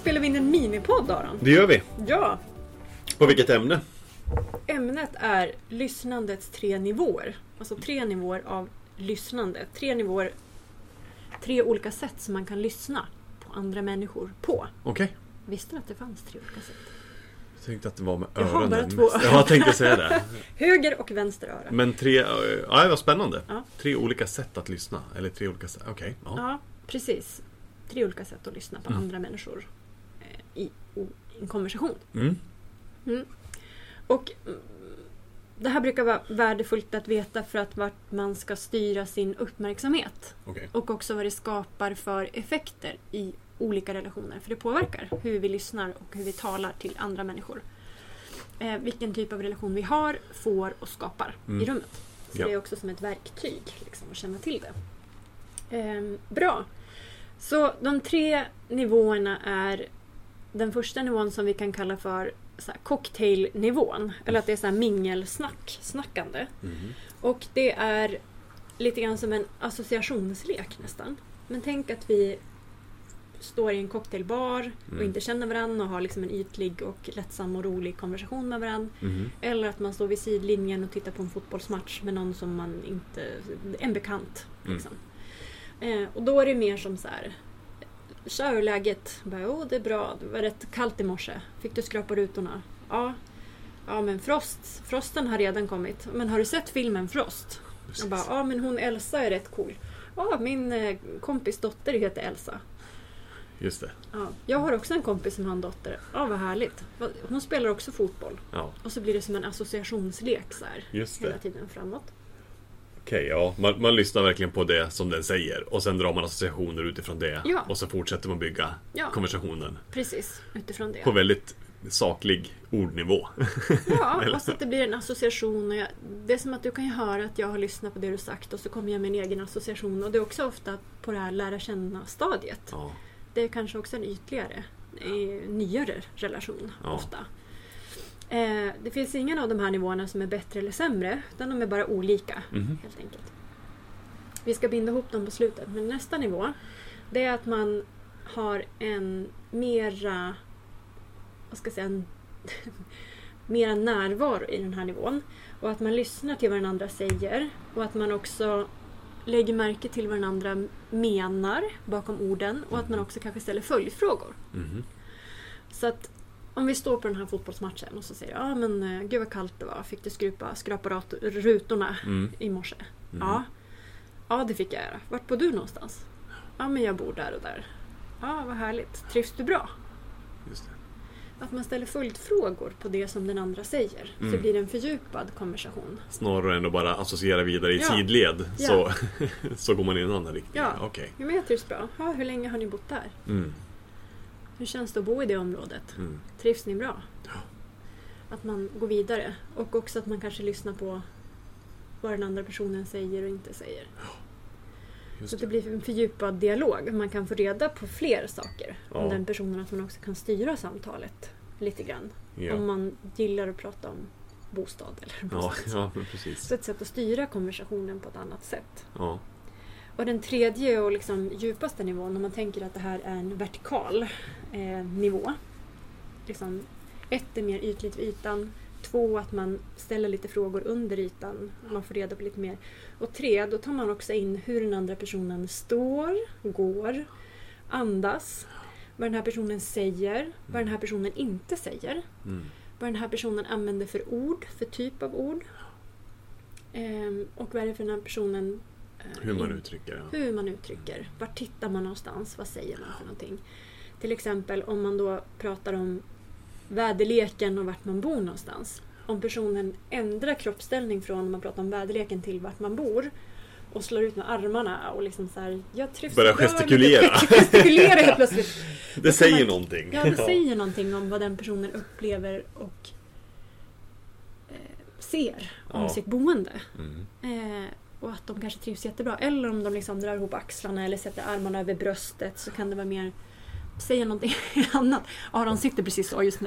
spelar vi in en minipodd, Aron. Det gör vi. Ja. På vilket ämne? Ämnet är lyssnandets 3 nivåer. Alltså 3 nivåer av lyssnande. 3 nivåer, 3 olika sätt som man kan lyssna på andra människor på. Okej. Visste du att det fanns 3 olika sätt? Jag tänkte att det var med Jag har öronen. bara 2 öron. Jag tänkte säga det. Höger och vänster öra. Men 3, ja, vad spännande. Ja. 3 olika sätt att lyssna. Eller 3 olika sätt, okej. Ja. Ja, precis. 3 olika sätt att lyssna på andra människor i en konversation. Mm. Och det här brukar vara värdefullt att veta för att vart man ska styra sin uppmärksamhet. Okej. Och också vad det skapar för effekter i olika relationer. För det påverkar hur vi lyssnar och hur vi talar till andra människor. Vilken typ av relation vi har, får och skapar i rummet. Så Ja. det är också som ett verktyg liksom, att känna till det. Bra. Så de 3 nivåerna är den första nivån som vi kan kalla för så här, cocktailnivån. Eller att det är så här snackande. Och det är lite grann som en associationslek nästan. Men tänk att vi står i en cocktailbar och inte känner varandra och har liksom en ytlig och lättsam och rolig konversation med varandra. Eller att man står vid sidlinjen och tittar på en fotbollsmatch med någon som man inte... En bekant. Liksom. Och då är det mer som så här... Tja, hur läget? Bara, det är bra. Det var rätt kallt i morse. Fick du skrapa rutorna? Ja. Ja, men Frosten har redan kommit. Men har du sett filmen Frost? Jag bara, ja, men hon Elsa är rätt cool. Ja, min kompis dotter heter Elsa. Just det. Ja, jag har också en kompis som har en dotter. Ja, vad härligt. Hon spelar också fotboll. Ja. Och så blir det som en associationslek så här, Just det. hela tiden framåt. Okej, ja. Man lyssnar verkligen på det som den säger. Och sen drar man associationer utifrån det. Ja. Och så fortsätter man bygga konversationen. Precis, utifrån det. På väldigt saklig ordnivå. Ja, och så att det blir en association. Och det är som att du kan ju höra att jag har lyssnat på det du sagt och så kommer jag med en egen association. Och det är också ofta på det här lära känna-stadiet. Ja. Det är kanske också en ytligare, nyare relation ofta. Det finns ingen av de här nivåerna som är bättre eller sämre, utan de är bara olika helt enkelt. Vi ska binda ihop dem på slutet. Men nästa nivå, det är att man har en mera, mera närvaro i den här nivån. Och att man lyssnar till vad den andra säger. Och att man också lägger märke till vad den andra menar bakom orden. Och att man också kanske ställer följdfrågor. Så att om vi står på den här fotbollsmatchen och så säger ja men gud vad kallt det var. Fick du skrapa rutorna i morse? Ja, det fick jag göra. Vart bor du någonstans? Ja, men jag bor där och där. Ja, vad härligt. Trivs du bra? Just det. Att man ställer följdfrågor på det som den andra säger. Så blir det en fördjupad konversation. Snarare än att bara associera vidare i sidled. Ja. Så går man i en annan riktning. Ja, Okej. ja men jag trivs bra. Ja, hur länge har ni bott där? Hur känns det att bo i det området? Trivs ni bra? Ja. Att man går vidare. Och också att man kanske lyssnar på vad den andra personen säger och inte säger. Så att det blir en fördjupad dialog. Man kan få reda på fler saker om den personen. Att man också kan styra samtalet lite grann. Ja. Om man gillar att prata om bostad eller bostad. Ja, men precis. Så ett sätt att styra konversationen på ett annat sätt. Ja. Och den tredje och liksom djupaste nivån, om man tänker att det här är en vertikal nivå. Liksom, 1 är mer ytligt vid ytan. 2 att man ställer lite frågor under ytan. Man får reda på lite mer. Och 3, då tar man också in hur den andra personen står, går, andas. Vad den här personen säger. Vad den här personen inte säger. Vad den här personen använder för ord, för typ av ord. Och vad är det för den här personen... Hur man uttrycker. Ja. Hur man uttrycker. Var tittar man någonstans? Vad säger man för någonting? Till exempel om man då pratar om väderleken och vart man bor någonstans. Om personen ändrar kroppsställning från när man pratar om väderleken till vart man bor och slår ut med armarna och liksom så här, jag trivs. Börjar gestikulera. Gestikulera helt plötsligt. Det säger någonting. Ja, det säger någonting om vad den personen upplever och ser om sitt boende. Och att de kanske trivs jättebra. Eller om de liksom drar ihop axlarna eller sätter armarna över bröstet, så kan det vara mer säga någonting annat. Aron sitter precis så just nu.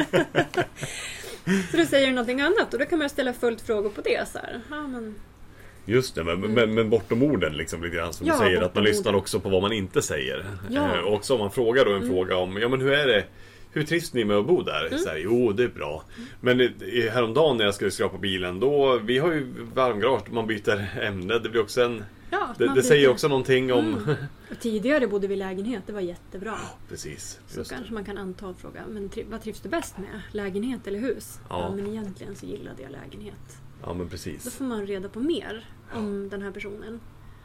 Så då säger du någonting annat och då kan man ställa följdfrågor på det. Så här. Ja, men Just det, men bortom orden liksom, lite grann som du säger, att man lyssnar också på vad man inte säger. Och också om man frågar då en fråga om, ja men hur är det? Hur trivs ni med att bo där? Så här, jo, det är bra. Men häromdagen när jag skulle skrapa bilen, då, vi har ju varmgarage, man byter ämne, det blir också en... Ja, det säger också någonting om... Och tidigare bodde vi i lägenhet, det var jättebra. Ja, precis. Så kanske man kan anta och fråga, men vad trivs du bäst med? Lägenhet eller hus? Ja, men egentligen så gillade jag lägenhet. Ja, men precis. Då får man reda på mer om den här personen.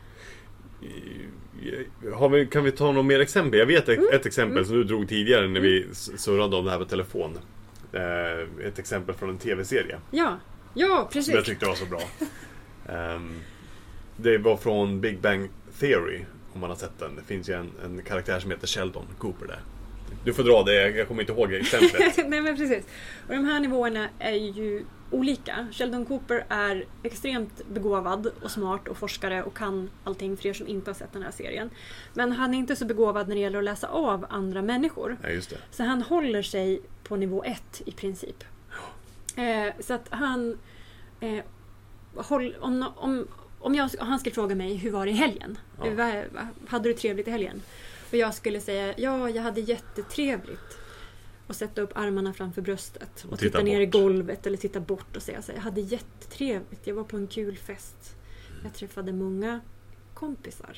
Kan vi ta några mer exempel? Jag vet ett exempel som du drog tidigare när vi surrade om det här på telefon. Ett exempel från en tv-serie. Ja, precis. Som jag tyckte var så bra. Det var från Big Bang Theory, om man har sett den. Det finns ju en karaktär som heter Sheldon Cooper där. Du får dra det, jag kommer inte ihåg exemplet. Nej, men precis. Och de här nivåerna är ju olika. Sheldon Cooper är extremt begåvad och smart och forskare och kan allting, för er som inte har sett den här serien. Men han är inte så begåvad när det gäller att läsa av andra människor. Ja, just det. Så han håller sig på nivå 1 i princip. Så att han... Om han skulle fråga mig, hur var det i helgen? Ja. Hade du trevligt i helgen? Och jag skulle säga, ja, jag hade jättetrevligt. Och sätta upp armarna framför bröstet. Och titta ner i golvet eller titta bort och säga så här, jag hade jättetrevligt. Jag var på en kul fest. Jag träffade många kompisar.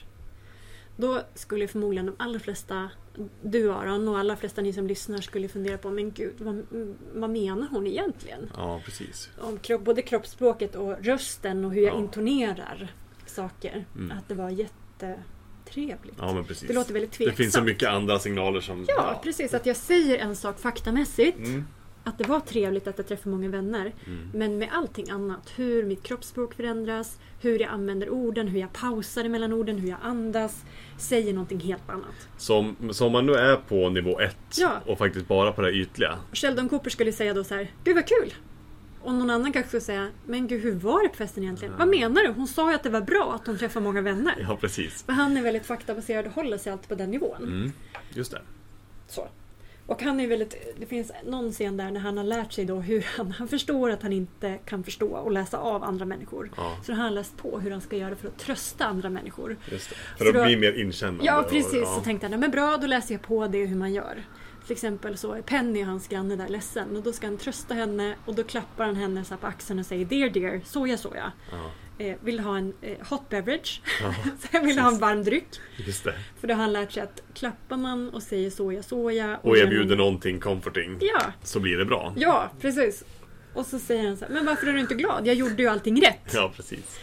Då skulle förmodligen de allra flesta, du Aron och alla flesta ni som lyssnar, skulle fundera på, men gud, vad menar hon egentligen? Ja, precis. Om både kroppsspråket och rösten och hur jag intonerar saker. Att det var jättetrevligt. Ja, men precis. Det låter väldigt tveksamt. Det finns så mycket andra signaler som... Ja, precis. Att jag säger en sak faktamässigt. Att det var trevligt att jag träffade många vänner. Men med allting annat. Hur mitt kroppsspråk förändras. Hur jag använder orden. Hur jag pausar mellan orden. Hur jag andas. Säger någonting helt annat. Som man nu är på nivå 1. Och faktiskt bara på det ytliga. Sheldon Cooper skulle säga då så här, gud vad kul. Och någon annan kanske skulle säga, men gud, hur var det på festen egentligen? Vad menar du? Hon sa ju att det var bra att hon träffar många vänner. Ja, precis. För han är väldigt faktabaserad och håller sig alltid på den nivån. Just det. Så. Och han är väldigt, det finns någon scen där när han har lärt sig då hur han förstår att han inte kan förstå och läsa av andra människor. Ja. Så han har läst på hur han ska göra för att trösta andra människor. Just det. För att bli mer inkännande. Ja, precis. Så tänkte han, men bra, då läser jag på det hur man gör. Till exempel så är Penny, hans granne där, ledsen. Och då ska han trösta henne och då klappar han henne så på axeln och säger, dear, soja. Ja. Vill ha en hot beverage. Ja, så jag vill ha en varm dryck. Just det. För då har han lärt sig att klappar man och säger soja. Och erbjuder någonting comforting. Ja. Så blir det bra. Ja, precis. Och så säger han så här, men varför är du inte glad? Jag gjorde ju allting rätt. Ja, precis.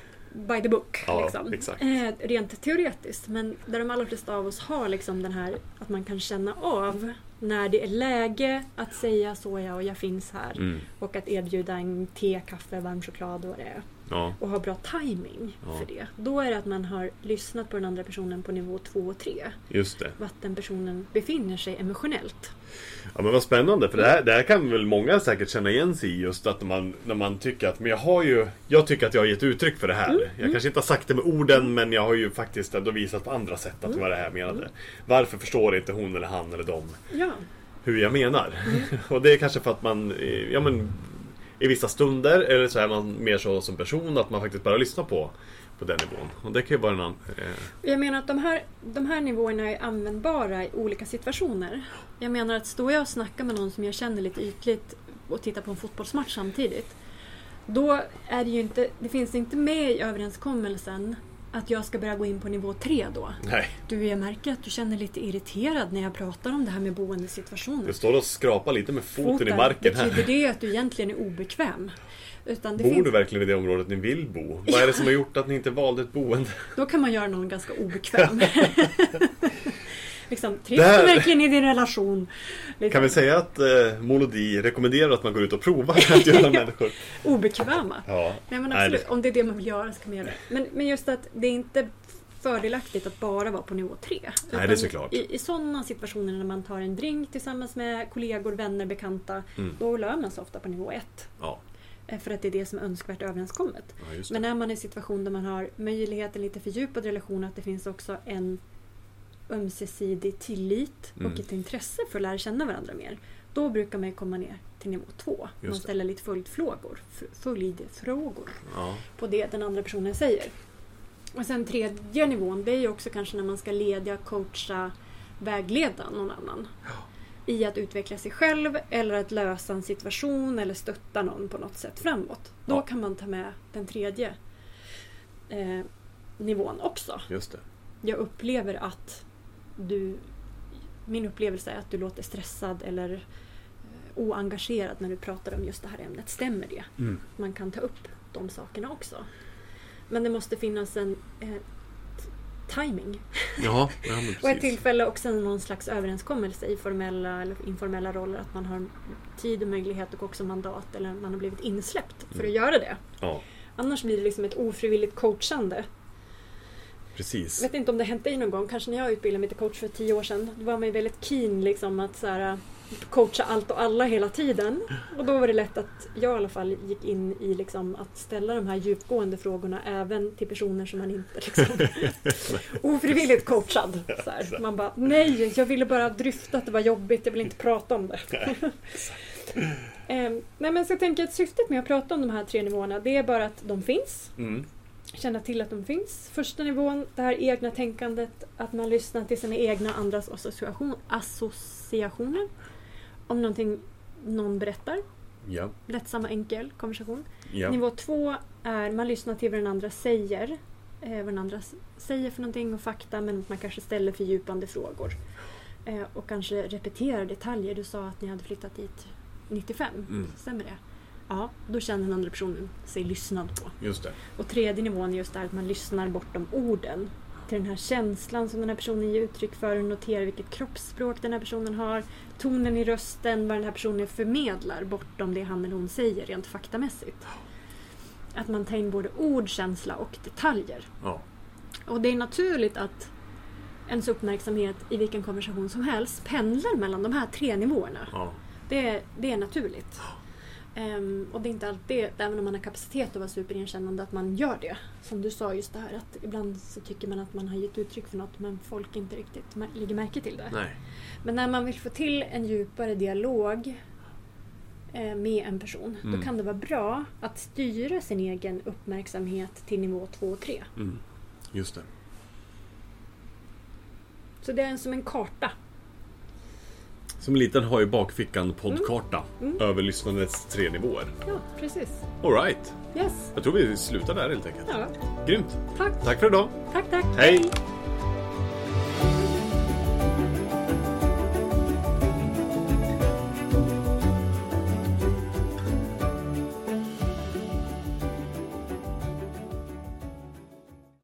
By the book. Ja, liksom. Exakt. Rent teoretiskt. Men där de allra flesta av oss har liksom den här, att man kan känna av när det är läge att säga soja och jag finns här. Och att erbjuda en te, kaffe, varm choklad och det är. Ja. Och ha bra timing för det. Då är det att man har lyssnat på den andra personen på nivå 2 och 3. Just det. Vart den personen befinner sig emotionellt. Ja, men vad spännande, för det här kan väl många säkert känna igen sig i, just att när man tycker att, men jag tycker att jag har gett uttryck för det här. Jag kanske inte har sagt det med orden, men jag har ju faktiskt ändå visat på andra sätt att vad det här menade. Varför förstår inte hon eller han eller dem hur jag menar? Och det är kanske för att man, i vissa stunder, eller så är man mer så som person att man faktiskt bara lyssnar på den nivån. Och det kan ju vara en annan... Jag menar att de här nivåerna är användbara i olika situationer. Jag menar att står jag och snackar med någon som jag känner lite ytligt och tittar på en fotbollsmatch samtidigt, då är det ju inte, det finns inte med i överenskommelsen att jag ska börja gå in på nivå 3 då. Nej. Jag märker att du känner lite irriterad när jag pratar om det här med boendesituationen. Du står och skrapar lite med foten i marken här. Betyder det att du egentligen är obekväm? Bor du verkligen i det området ni vill bo? Vad är det som har gjort att ni inte valde ett boende? Då kan man göra någon ganska obekväm. Liksom, trivs du verkligen i din relation? Liksom. Kan vi säga att Molodi rekommenderar att man går ut och provar att göra människor obekväma? Ja. Nej, men absolut, om det är det man vill göra så kan man göra det. Men just att det är inte fördelaktigt att bara vara på nivå 3. Nej, det är såklart. I sådana situationer när man tar en drink tillsammans med kollegor, vänner, bekanta, då lär man sig ofta på nivå 1. Ja. För att det är det som är önskvärt överenskommet. Ja, men när man är i en situation där man har möjligheten lite fördjupad relation, att det finns också en ömsesidig tillit och ett intresse för att lära känna varandra mer. Då brukar man komma ner till nivå 2. Man ställer lite följdfrågor på det den andra personen säger. Och sen tredje nivån, det är ju också kanske när man ska leda, coacha, vägleda någon annan. I att utveckla sig själv eller att lösa en situation eller stötta någon på något sätt framåt. Då kan man ta med den tredje nivån också. Just det. Jag upplever att min upplevelse är att du låter stressad eller oengagerad när du pratar om just det här ämnet. Stämmer det? Man kan ta upp de sakerna också. Men det måste finnas en timing. Ja, men precis. Och ett tillfälle och sen någon slags överenskommelse i formella eller informella roller. Att man har tid och möjlighet och också mandat eller man har blivit insläppt för att göra det. Ja. Annars blir det liksom ett ofrivilligt coachande. Precis. Jag vet inte om det hänt dig någon gång. Kanske när jag utbildade mig till coach för 10 år sedan. Då var man ju väldigt keen liksom att så här, coacha allt och alla hela tiden. Och då var det lätt att jag i alla fall gick in i liksom att ställa de här djupgående frågorna även till personer som man inte liksom ofrivilligt coachad. Så här. Man bara, nej, jag ville bara dryfta att det var jobbigt. Jag vill inte prata om det. Nej, men så jag tänker att syftet med att prata om de här 3 nivåerna, det är bara att de finns. Känna till att de finns. Första nivån, det här egna tänkandet, att man lyssnar till sina egna andras associationer om någonting någon berättar. Ja. Lättsam och enkel konversation. Ja. Nivå 2 är man lyssnar till vad den andra säger. Vad den andra säger för någonting och fakta, men man kanske ställer fördjupande frågor. Och kanske repeterar detaljer. Du sa att ni hade flyttat dit 95. Stämmer det? Ja, då känner den andra personen sig lyssnad på. Just det. Och tredje nivån är just där att man lyssnar bortom orden. Till den här känslan som den här personen ger uttryck för. Och noterar vilket kroppsspråk den här personen har. Tonen i rösten, vad den här personen förmedlar bortom det han eller hon säger rent faktamässigt. Att man tar in både ord, känsla och detaljer. Ja. Och det är naturligt att ens uppmärksamhet i vilken konversation som helst pendlar mellan de här 3 nivåerna. Ja. Det är naturligt. Och det är inte alltid, även om man har kapacitet att vara superigenkännande, att man gör det. Som du sa just det här, att ibland så tycker man att man har gett uttryck för något men folk inte riktigt lägger märke till det. Nej. Men när man vill få till en djupare dialog med en person, då kan det vara bra att styra sin egen uppmärksamhet till nivå 2 och 3. Just det. Så det är som en karta. Som liten har ju bakfickan poddkarta över lyssnandets 3 nivåer. Ja, precis. All right. Yes. Jag tror vi slutar där helt enkelt. Ja. Grymt. Tack. Tack för idag. Tack. Hej.